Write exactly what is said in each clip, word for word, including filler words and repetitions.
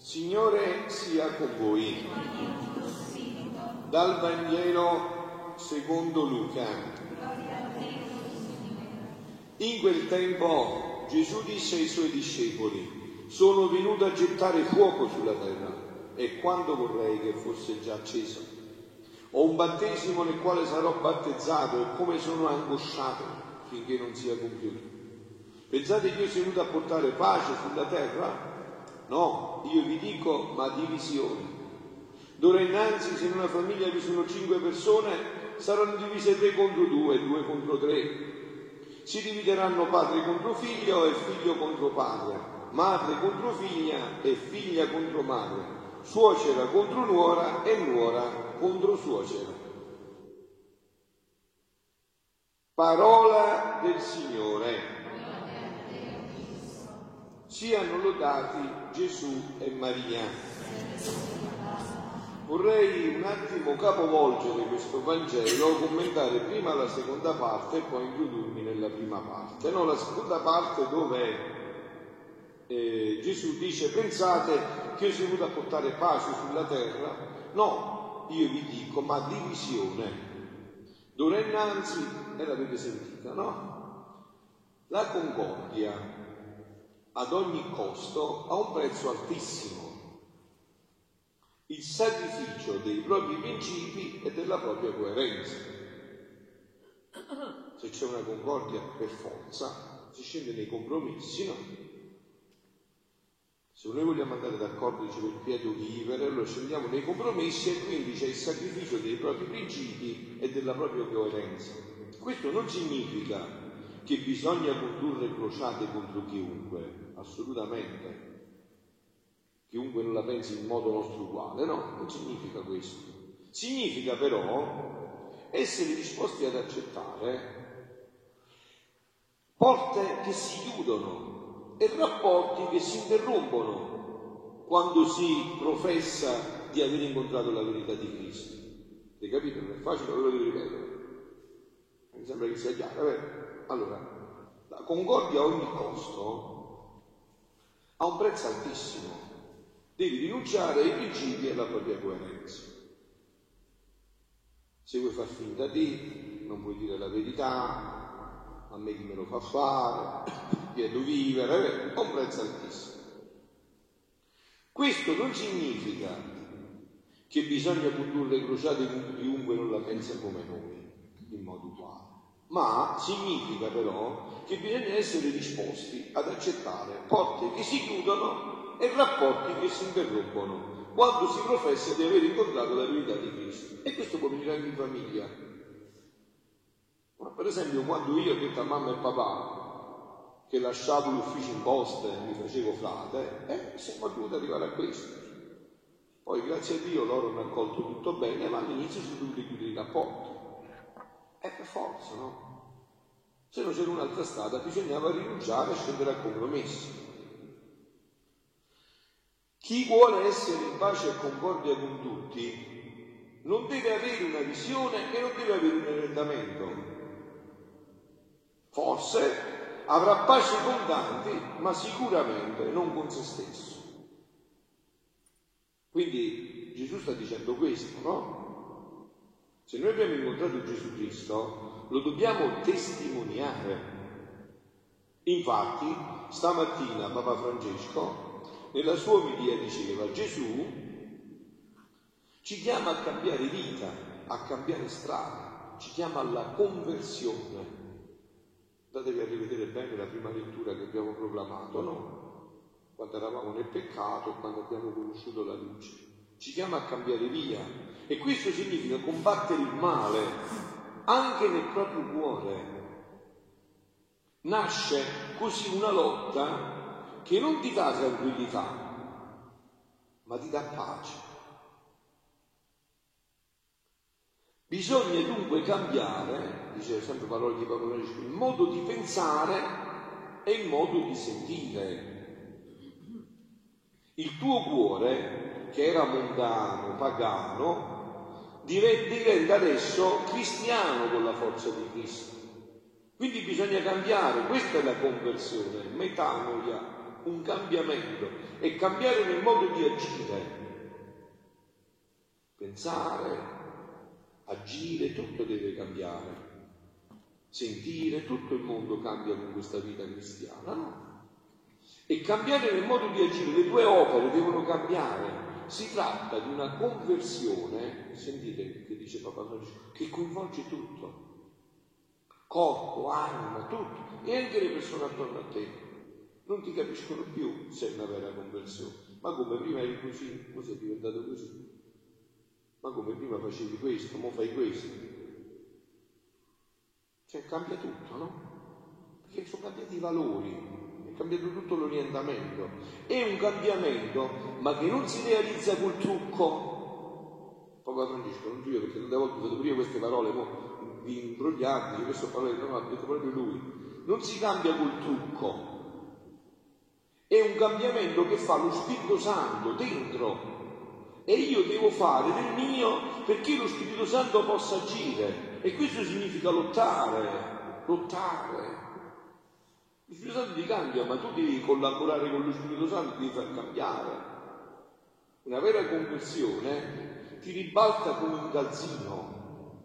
Signore sia con voi. Dal Vangelo secondo Luca. In quel tempo Gesù disse ai suoi discepoli: sono venuto a gettare fuoco sulla terra, e quanto vorrei che fosse già acceso. Ho un battesimo nel quale sarò battezzato, e come sono angosciato finché non sia compiuto. Pensate che io sia venuto a portare pace sulla terra? No, io vi dico, ma divisione. D'ora innanzi, se in una famiglia vi sono cinque persone, saranno divise tre contro due, due contro tre. Si divideranno padre contro figlio e figlio contro padre, madre contro figlia e figlia contro madre, suocera contro nuora e nuora contro suocera. Parola del Signore. Siano lodati Gesù e Maria. Vorrei un attimo capovolgere questo Vangelo, commentare prima la seconda parte e poi introdurmi nella prima parte. No, la seconda parte dove eh, Gesù dice: pensate che io sono venuto a portare pace sulla terra? No, io vi dico, ma divisione. D'ora innanzi, e l'avete sentita, no? La concordia ad ogni costo ha un prezzo altissimo. Il sacrificio dei propri principi e della propria coerenza. Se c'è una concordia, per forza si scende nei compromessi, no? Se noi vogliamo andare d'accordo, dice, per quieto vivere, allora scendiamo nei compromessi, e quindi c'è il sacrificio dei propri principi e della propria coerenza. Questo non significa che bisogna condurre crociate contro chiunque, assolutamente. Chiunque non la pensi in modo nostro uguale, no, non significa questo. Significa però essere disposti ad accettare porte che si chiudono e rapporti che si interrompono quando si professa di aver incontrato la verità di Cristo. Avete capito? Non è facile, ve lo devo ripetere. Mi sembra che sia chiaro, vero? Allora, la concordia a ogni costo ha un prezzo altissimo. Devi rinunciare ai principi e alla propria coerenza. Se vuoi far finta di, non puoi dire la verità, a me chi me lo fa fare, chiedo vivere, ha un prezzo altissimo. Questo non significa che bisogna condurre crociate con chiunque non la pensa come noi, in modo uguale. Ma significa però che bisogna essere disposti ad accettare porte che si chiudono e rapporti che si interrompono quando si professa di aver incontrato la verità di Cristo. E questo può venire anche in famiglia. Ma per esempio, quando io ho detto a mamma e papà che lasciavo l'ufficio in posta e mi facevo frate, eh, siamo dovuti arrivare a questo. Poi grazie a Dio loro hanno accolto tutto bene, ma all'inizio si sono dovuti chiudere i rapporti. È per forza, no? Se non c'era un'altra strada, bisognava rinunciare e scendere a compromessi. Chi vuole essere in pace e concordia con tutti non deve avere una visione e non deve avere un orientamento. Forse avrà pace con tanti, ma sicuramente non con se stesso. Quindi Gesù sta dicendo questo, no? Se noi abbiamo incontrato Gesù Cristo, lo dobbiamo testimoniare. Infatti, stamattina Papa Francesco, nella sua omelia diceva: Gesù ci chiama a cambiare vita, a cambiare strada, ci chiama alla conversione. Andatevi a rivedere bene la prima lettura che abbiamo proclamato, no? Quando eravamo nel peccato, quando abbiamo conosciuto la luce. Ci chiama a cambiare via, e questo significa combattere il male anche nel proprio cuore. Nasce così una lotta che non ti dà tranquillità, ma ti dà pace. Bisogna dunque cambiare, dice sempre parole di Papa Francesco, il modo di pensare e il modo di sentire. Il tuo cuore, che era mondano, pagano, diventa adesso cristiano con la forza di Cristo. Quindi bisogna cambiare, questa è la conversione, metanoia, un cambiamento, e cambiare nel modo di agire, pensare, agire, tutto deve cambiare, sentire, tutto il mondo cambia con questa vita cristiana, no? E cambiare nel modo di agire, le due opere devono cambiare. Si tratta di una conversione, sentite che dice Papa Francesco, che coinvolge tutto, corpo, anima, tutto, e anche le persone attorno a te non ti capiscono più se è una vera conversione. Ma come prima eri così, poi sei diventato così? Ma come prima facevi questo, mo fai questo? Cioè cambia tutto, no? Perché sono cambiati i valori, è cambiato tutto l'orientamento. È un cambiamento, ma che non si realizza col trucco. Papa Francesco, non so io, perché tante volte ho detto pure io queste parole, mo, vi imbrogliate, queste parole, no, ha detto proprio lui. Non si cambia col trucco. È un cambiamento che fa lo Spirito Santo dentro. E io devo fare del mio perché lo Spirito Santo possa agire. E questo significa lottare, lottare. Lo Spirito Santo ti cambia, ma tu devi collaborare con lo Spirito Santo, devi far cambiare. Una vera conversione ti ribalta come un calzino.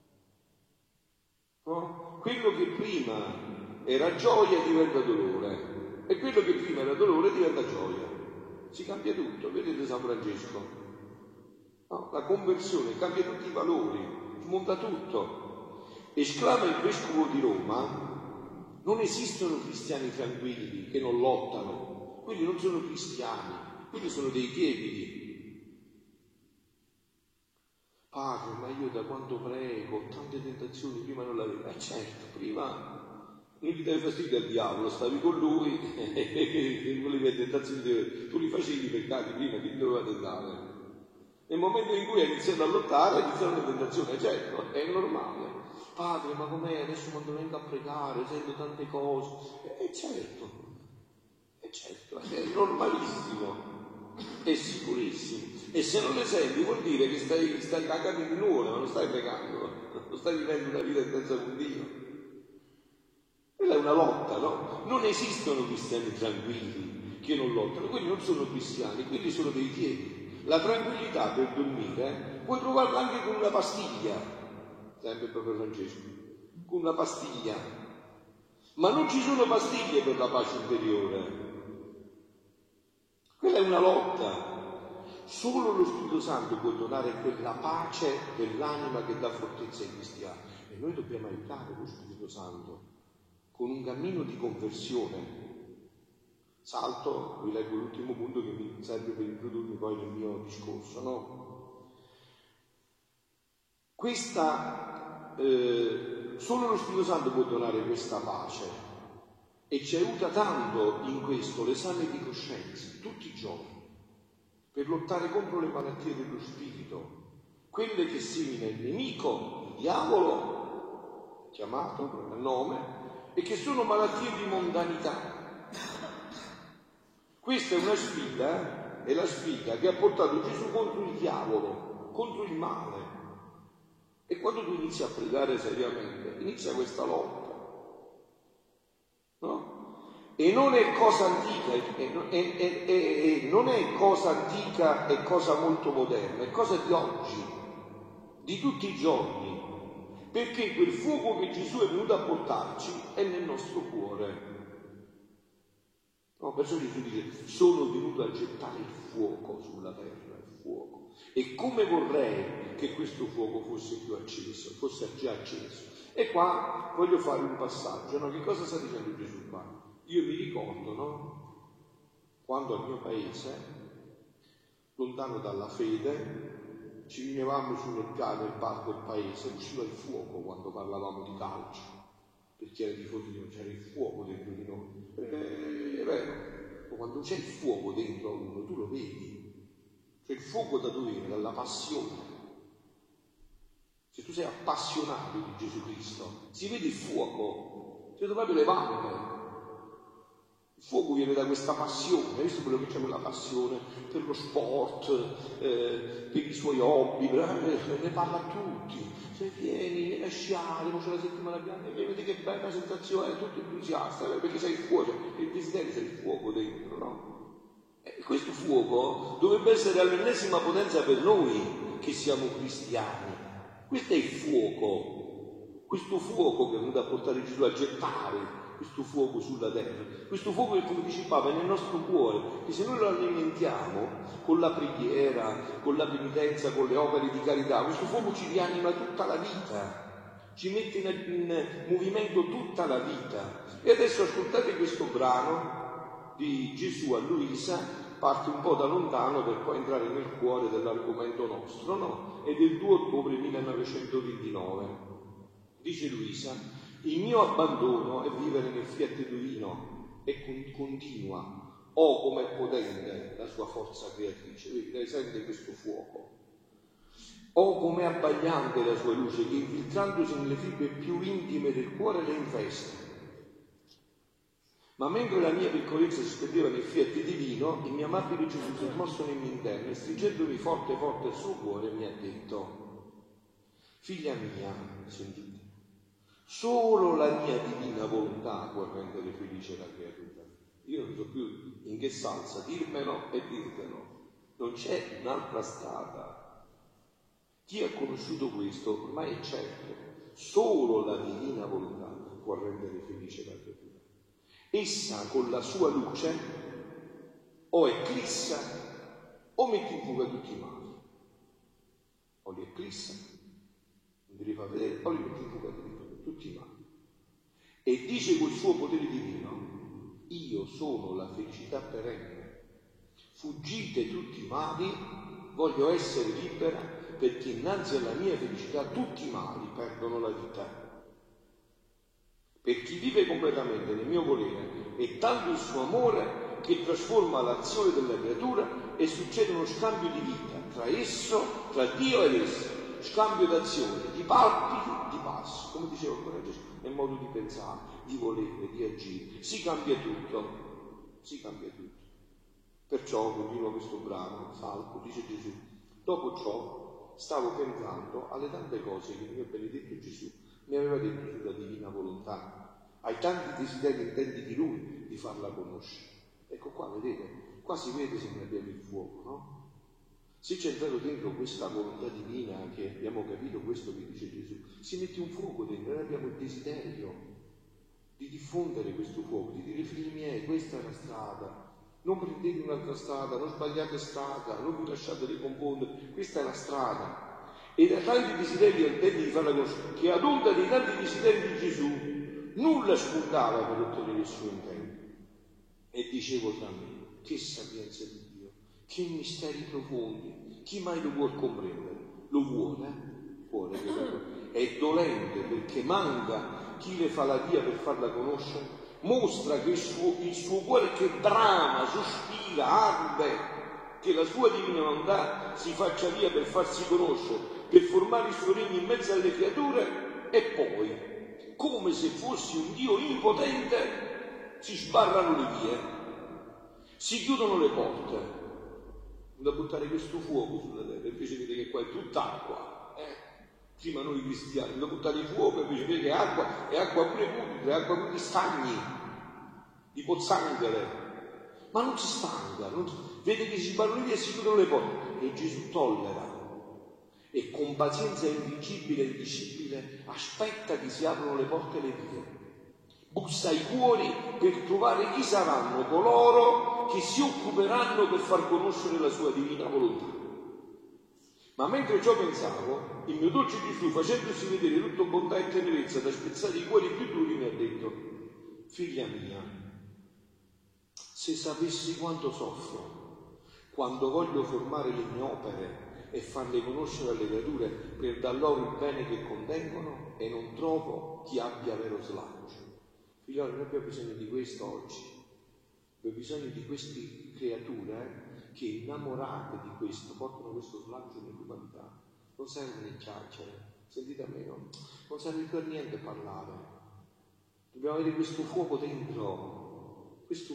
No? Quello che prima era gioia diventa dolore, e quello che prima era dolore diventa gioia. Si cambia tutto, vedete San Francesco? No, la conversione cambia tutti i valori, smonta tutto. Esclama il Vescovo di Roma: non esistono cristiani tranquilli che non lottano, quelli non sono cristiani, quelli sono dei tiepidi. Padre, ma io da quanto prego, ho tante tentazioni, prima non l'avevo. Eh certo, prima non gli dai fastidio al diavolo, stavi con lui e volevi le tentazioni, tu li facevi i peccati prima che ti doveva tentare. Nel momento in cui hai iniziato a lottare, iniziano le tentazioni, certo, è normale. Padre, ma com'è? Adesso quando vengo a pregare sento tante cose. E eh, certo, è certo, è normalissimo, è sicurissimo. E se non le senti vuol dire che stai, stai cagando di nuovo, ma non stai pregando, non stai vivendo una vita senza con Dio. Quella è una lotta, no? Non esistono cristiani tranquilli che non lottano, quelli non sono cristiani, quelli sono dei tiepidi. La tranquillità per dormire puoi trovarla anche con una pastiglia, sempre Papa Francesco, con una pastiglia, ma non ci sono pastiglie per la pace interiore. Quella è una lotta. Solo lo Spirito Santo può donare quella pace dell'anima che dà fortezza ai cristiani, e noi dobbiamo aiutare lo Spirito Santo con un cammino di conversione. Salto, vi leggo l'ultimo punto che mi serve per introdurmi poi nel mio discorso, no? Questa, eh, solo lo Spirito Santo può donare questa pace, e ci aiuta tanto in questo l'esame di coscienza, tutti i giorni, per lottare contro le malattie dello spirito, quelle che semina il nemico, il diavolo, chiamato per il nome, e che sono malattie di mondanità. Questa è una sfida, eh? È la sfida che ha portato Gesù contro il diavolo, contro il male. E quando tu inizi a pregare seriamente, inizia questa lotta, no? E non è cosa antica, è, è, è, è, è, non è cosa antica e cosa molto moderna, è cosa di oggi, di tutti i giorni, perché quel fuoco che Gesù è venuto a portarci è nel nostro cuore. No, perciò Gesù dice: sono venuto a gettare il fuoco sulla terra, il fuoco. E come vorrei che questo fuoco fosse più acceso, fosse già acceso. E qua voglio fare un passaggio, no? Che cosa sta dicendo Gesù qua? Io mi ricordo, no? Quando al mio paese, lontano dalla fede, ci riunivamo su nel piano, nel parco del paese, usciva il fuoco quando parlavamo di calcio, perché era tifosi di noi, c'era il fuoco dentro di noi. Eh, è vero, quando c'è il fuoco dentro uno, tu lo vedi, cioè il fuoco da dove viene? Dalla passione. Se tu sei appassionato di Gesù Cristo, si vede il fuoco, si vede proprio le vanne. Il fuoco viene da questa passione, hai visto quello che c'è quella passione per lo sport, eh, per i suoi hobby, eh, ne parla a tutti. Se vieni, vieni a sciare, c'è la settimana bianca, e vedi che bella sensazione, è tutto entusiasta, perché sei il fuoco, il desiderio c'è il fuoco dentro, no? E questo fuoco dovrebbe essere all'ennesima potenza per noi che siamo cristiani. Questo è il fuoco, questo fuoco che è venuto a portare Gesù a gettare questo fuoco sulla terra, questo fuoco che, come dice Papa, è nel nostro cuore, che se noi lo alimentiamo con la preghiera, con la penitenza, con le opere di carità, questo fuoco ci rianima tutta la vita, ci mette in, in movimento tutta la vita. E adesso ascoltate questo brano di Gesù a Luisa, parte un po' da lontano per poi entrare nel cuore dell'argomento nostro, no? È del due ottobre millenovecentoventinove. Dice Luisa: il mio abbandono è vivere nel fiat divino e con, continua. Oh, com'è potente la sua forza creatrice. Vedi, lei sente questo fuoco. Oh, com'è abbagliante la sua luce, che infiltrandosi nelle fibre più intime del cuore le infesta. Ma mentre la mia piccolezza si spendeva nel fiat divino, il mio amabile Gesù si è mosso nel mio interno e stringendomi forte forte al suo cuore mi ha detto: figlia mia, sentite, solo la mia divina volontà può rendere felice la creatura. Io non so più in che salsa dirmelo e dirtelo. Non c'è un'altra strada. Chi ha conosciuto questo ormai è certo. Solo la divina volontà può rendere felice la creatura. Essa con la sua luce o eclissa o mette in fuga tutti i mali. O li eclissa, non li fa vedere, o li mette in fuga tutti i mali. E dice col suo potere divino: io sono la felicità perenne, fuggite tutti i mali, voglio essere libera, perché innanzi alla mia felicità tutti i mali perdono la vita. Per chi vive completamente nel mio volere è tanto il suo amore che trasforma l'azione della creatura e succede uno scambio di vita tra esso, tra Dio ed esso, scambio d'azione, di palpiti, di passi, come diceva ancora Gesù, nel modo di pensare, di volere, di agire. Si cambia tutto, si cambia tutto. Perciò, continua questo brano, salvo, dice Gesù, dopo ciò stavo pensando alle tante cose che il mio benedetto Gesù mi aveva detto sulla divina volontà, ai tanti desideri intenti di Lui di farla conoscere. Ecco qua, vedete, qua si vede se noi abbiamo il fuoco, no? Se c'è entrato dentro questa volontà divina, che abbiamo capito questo che dice Gesù, si mette un fuoco dentro, noi abbiamo il desiderio di diffondere questo fuoco, di dire: figli miei, questa è la strada, non prendete un'altra strada, non sbagliate strada, non vi lasciate ricompondere, questa è la strada. E da tanti desideri intenti di farla conoscere, che ad onda dei tanti desideri di Gesù nulla spuntava per ottenere il suo intento. E dicevo tra me: che sapienza di Dio, che misteri profondi, chi mai lo vuol comprendere? Lo vuole? Vuole che lo... È dolente perché manca chi le fa la via per farla conoscere, mostra che il suo, il suo cuore che brama, sospira, arde, che la sua divina volontà si faccia via per farsi conoscere, per formare il suo regno in mezzo alle creature, e poi, come se fossi un Dio impotente, si sbarrano le vie, si chiudono le porte, da buttare questo fuoco sulla terra. Invece vedete che qua è tutt'acqua, eh? Prima noi cristiani, da buttare il fuoco, invece vedete che è acqua, è acqua pure pulita, è acqua pure di stagni, di pozzanghere, ma non si stanca, non si... vede che si sbarrano le vie e si chiudono le porte, e Gesù tollera. E con pazienza invincibile e indicibile aspetta che si aprono le porte e le vie. Bussa ai cuori per trovare chi saranno coloro che si occuperanno per far conoscere la sua divina volontà. Ma mentre ciò pensavo, il mio dolce Gesù, facendosi vedere tutto bontà e tenerezza da spezzare i cuori più duri, mi ha detto: figlia mia, se sapessi quanto soffro quando voglio formare le mie opere e farle conoscere alle creature per dar loro il bene che contengono, e non trovo chi abbia vero slancio. Figlioli, noi abbiamo bisogno di questo oggi. Abbiamo bisogno di queste creature eh, che, innamorate di questo, portano questo slancio nell'umanità. Non serve né chiacchiere, sentite a me, no? Non serve per niente parlare. Dobbiamo avere questo fuoco dentro, questo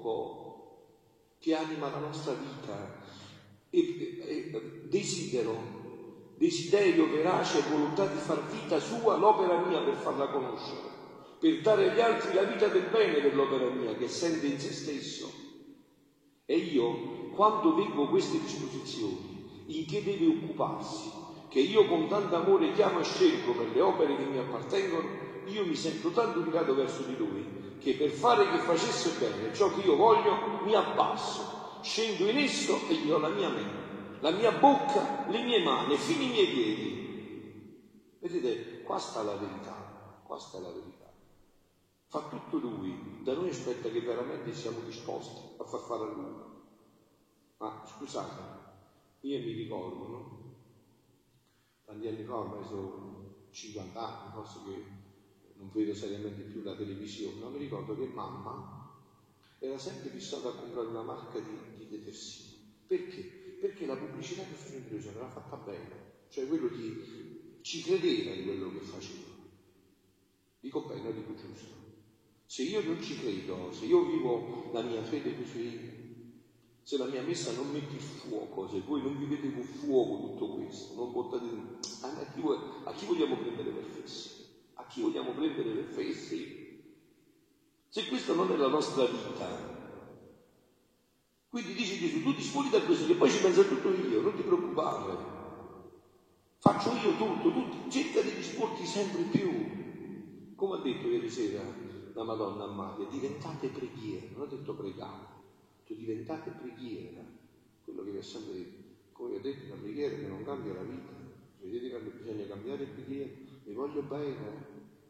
fuoco che anima la nostra vita, e, e, e desidero, desiderio verace e volontà di far vita sua l'opera mia per farla conoscere, per dare agli altri la vita del bene dell'opera mia che sente in se stesso. E io, quando vedo queste disposizioni, in che deve occuparsi, che io con tanto amore chiamo e scelgo per le opere che mi appartengono, io mi sento tanto tirato verso di lui, che per fare che facesse bene ciò che io voglio, mi abbasso, scendo in esso e gli do la mia mente, la mia bocca, le mie mani e fino i miei piedi. Vedete, qua sta la verità, qua sta la verità. Fa tutto lui, da noi aspetta che veramente siamo disposti a far fare a lui. Ma scusate, io mi ricordo, no? Tanti anni fa, ormai sono cinquanta anni, forse che non vedo seriamente più la televisione, ma mi ricordo che mamma era sempre fissata a comprare una marca di, di detersivo. Perché? Perché la pubblicità che faceva in televisione era fatta bene, cioè quello di ci credeva in quello che faceva. Dico bene, dico giusto. Se io non ci credo, se io vivo la mia fede così, se la mia messa non mette il fuoco, se voi non vivete con fuoco tutto questo, non portate a chi, a chi vogliamo prendere per fessi? A chi vogliamo prendere per fessi? Se questa non è la nostra vita. Quindi dice Gesù, tu ti sfogli da questo, che poi ci penso tutto io, non ti preoccupare. Faccio io tutto, tu cerca di disporti sempre più. Come ha detto ieri sera la Madonna a Maria, diventate preghiera, non ha detto pregare, tu diventate preghiera, quello che vi ha sempre detto. Come vi ho detto, la preghiera che non cambia la vita, vedete che bisogna cambiare preghiera, mi voglio bene.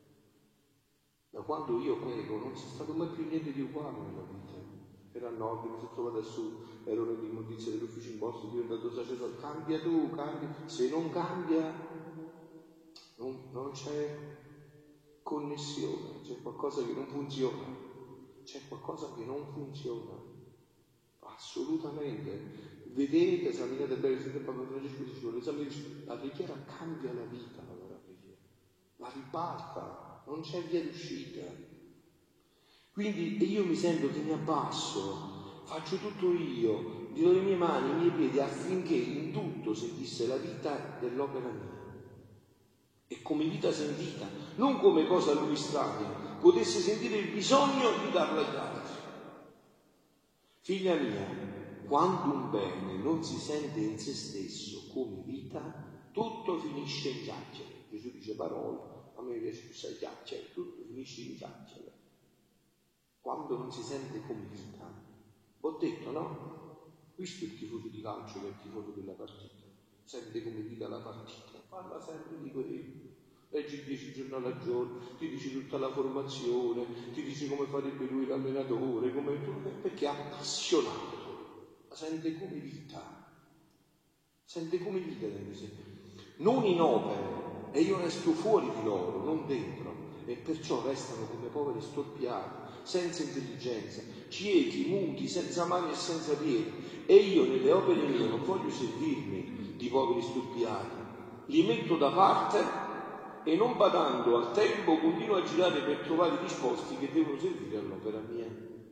Da quando io prego non c'è stato mai più niente di uguale nella vita. Era a nord, mi sono trovato a sud, ero nell'immondizia dell'ufficio imposto, diventato sacerdote, cambia tu, cambia, se non cambia non, non c'è connessione, c'è qualcosa che non funziona, c'è qualcosa che non funziona, assolutamente. Vedete, esaminate bene, sente Papa Francesco diceva, l'esame, la preghiera cambia la vita, la preghiera, la ribalta, non c'è via d'uscita. Quindi io mi sento che mi abbasso, faccio tutto io, gli do le mie mani, i miei piedi, affinché in tutto sentisse la vita dell'opera mia. E come vita sentita, non come cosa a lui strana, potesse sentire il bisogno di darla agli altri. Figlia mia, quando un bene non si sente in se stesso come vita, tutto finisce in chiacchiere. Gesù dice parole, a me piace più sai chiacchiere, tutto finisce in chiacchiere. Quando non si sente come vita, ho detto no? Questo è il tifoso di calcio che è il tifoso della partita, sente come vita la partita. Parla sempre di quello, leggi dieci giornali al giorno, ti dice tutta la formazione, ti dice come farebbe lui l'allenatore, come... perché è appassionato, la sente come vita, sente come vita dentro di sé, non in opere, e io resto fuori di loro, non dentro, e perciò restano come poveri storpiati, senza intelligenza, ciechi, muti, senza mani e senza piedi, e io nelle opere mie non voglio servirmi di poveri storpiati. Li metto da parte e non badando al tempo continuo a girare per trovare i disposti che devono servire all'opera mia.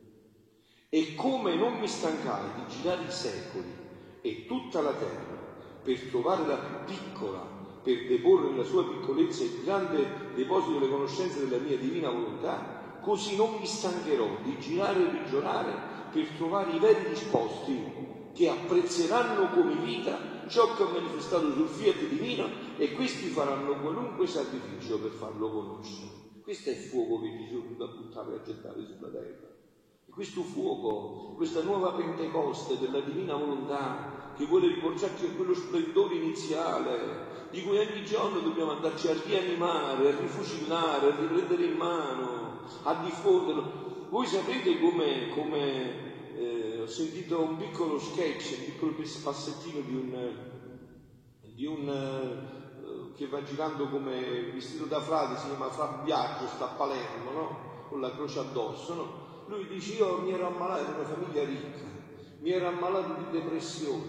E come non mi stancai di girare i secoli e tutta la terra per trovare la più piccola, per deporre nella sua piccolezza il grande deposito delle conoscenze della mia divina volontà, così non mi stancherò di girare e ragionare per trovare i veri disposti che apprezzeranno come vita ciò che ho manifestato sul fiat divino, e questi faranno qualunque sacrificio per farlo conoscere. Questo è il fuoco che Gesù è venuto a buttare e a gettare sulla terra. E questo fuoco, questa nuova Pentecoste della divina volontà che vuole riportarci a quello splendore iniziale di cui ogni giorno dobbiamo andarci a rianimare, a rifusillare, a riprendere in mano, a diffonderlo. Voi sapete come, come Eh, ho sentito un piccolo sketch, un piccolo passettino di un, di un eh, che va girando come vestito da frate, si chiama Fra Biagio, sta a Palermo, no? Con la croce addosso, no? Lui dice, io mi ero ammalato in una famiglia ricca, mi ero ammalato di depressione,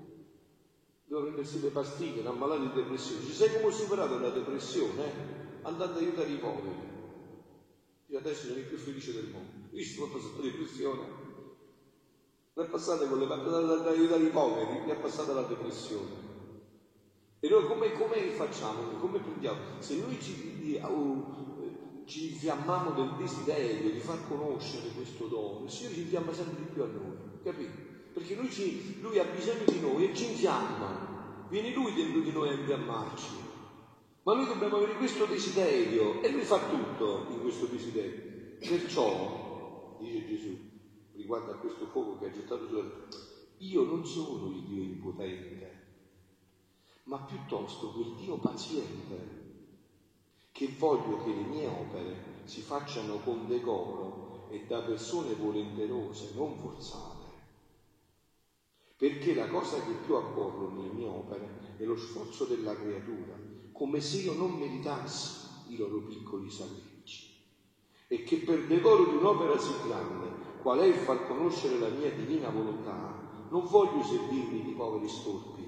devo prendersi le pastiglie, ero ammalato di depressione. Ci sai come ho superato la depressione? Eh? Andando ad aiutare i poveri. Io adesso sono il più felice del mondo. Visto come è passata la depressione? Non è passata con le da aiutare i poveri, è passata la depressione. E noi come, come facciamo? Come prendiamo? Se noi ci, uh, ci infiammiamo del desiderio di far conoscere questo dono, il Signore ci infiamma sempre di più a noi, capito? Perché lui, ci, lui ha bisogno di noi e ci infiamma. Viene Lui dentro di noi a infiammarci. Ma noi dobbiamo avere questo desiderio e Lui fa tutto in questo desiderio. Perciò, dice Gesù, riguardo a questo fuoco che ha gettato sulla terra, io non sono il Dio impotente, ma piuttosto quel Dio paziente, che voglio che le mie opere si facciano con decoro e da persone volenterose, non forzate. Perché la cosa che più accorro nelle mie opere è lo sforzo della creatura, come se io non meritassi i loro piccoli sacrifici. E che per decoro di un'opera sì grande, qual è il far conoscere la mia divina volontà, non voglio servirmi di poveri storpi,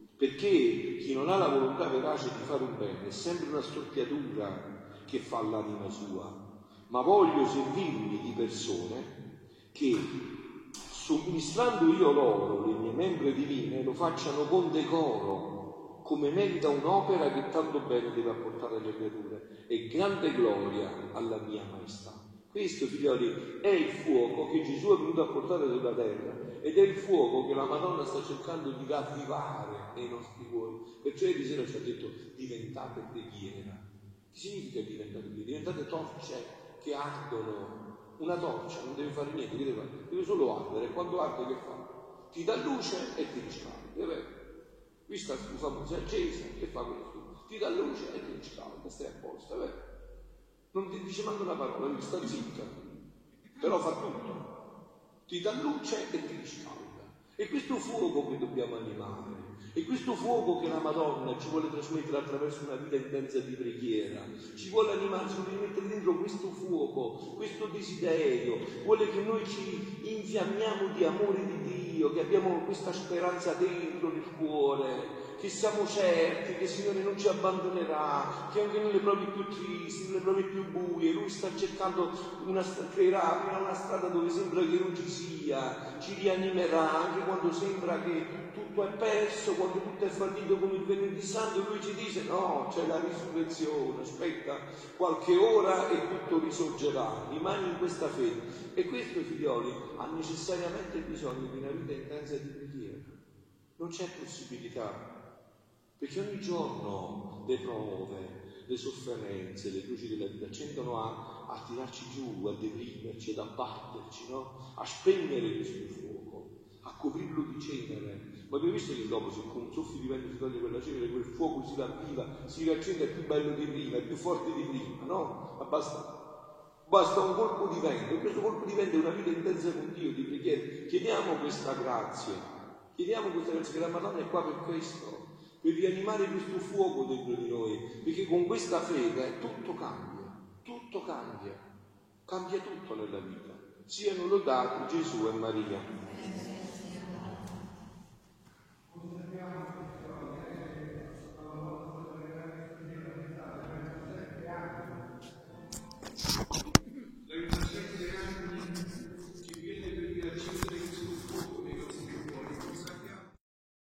perché chi non ha la volontà verace di fare un bene è sempre una storpiatura che fa l'anima sua, ma voglio servirmi di persone che, somministrando io loro le mie membra divine, lo facciano con decoro, come merita un'opera che tanto bene deve apportare alle creature, e grande gloria alla mia maestà. Questo, figlioli, è il fuoco che Gesù è venuto a portare sulla terra, ed è il fuoco che la Madonna sta cercando di ravvivare nei nostri cuori. Perciò ieri sera ci ha detto: diventate preghiera. Che significa diventare preghiera? Diventate torce che ardono. Una torcia non deve fare niente, deve, fare? deve solo ardere. Quando arde che fa? Ti dà luce e ti riscalda. Vista la famosa accesa, che fa questo? Ti dà luce e ti riscalda, stai a posto, è vero? Non ti dice manco una parola, lui sta zitta, però fa tutto. Ti dà luce e ti riscalda. E questo fuoco che dobbiamo animare, e questo fuoco che la Madonna ci vuole trasmettere attraverso una vita intensa di preghiera, ci vuole animare, ci vuole mettere dentro questo fuoco, questo desiderio, vuole che noi ci infiammiamo di amore di Dio, che abbiamo questa speranza dentro nel cuore, che siamo certi che il Signore non ci abbandonerà, che anche nelle prove più tristi, nelle prove più buie, Lui sta cercando una creerà, aprirà una strada dove sembra che non ci sia, ci rianimerà anche quando sembra che tutto è perso, quando tutto è fallito come il venerdì santo. Lui ci dice: no, c'è la risurrezione, aspetta qualche ora e tutto risorgerà, rimani in questa fede. E questo, figlioli, ha necessariamente bisogno di una vita intensa di preghiera. Non c'è possibilità. Perché ogni giorno le prove, le sofferenze, le luci della vita tendono a, a tirarci giù, a deprimerci, ad abbatterci, no? A spegnere questo fuoco, a coprirlo di cenere. Ma abbiamo visto che dopo, se con un soffio di vento si toglie quella cenere, quel fuoco si ravviva, si riaccende, è più bello di prima, è più forte di prima, no? Ma basta, basta un colpo di vento, e questo colpo di vento è una vita intensa con Dio, di preghiera. Chiediamo questa grazia, chiediamo questa grazia, che la Madonna è qua per questo, per rianimare questo fuoco dentro di noi, perché con questa fede tutto cambia, tutto cambia, cambia tutto nella vita. Siano lodati Gesù e Maria.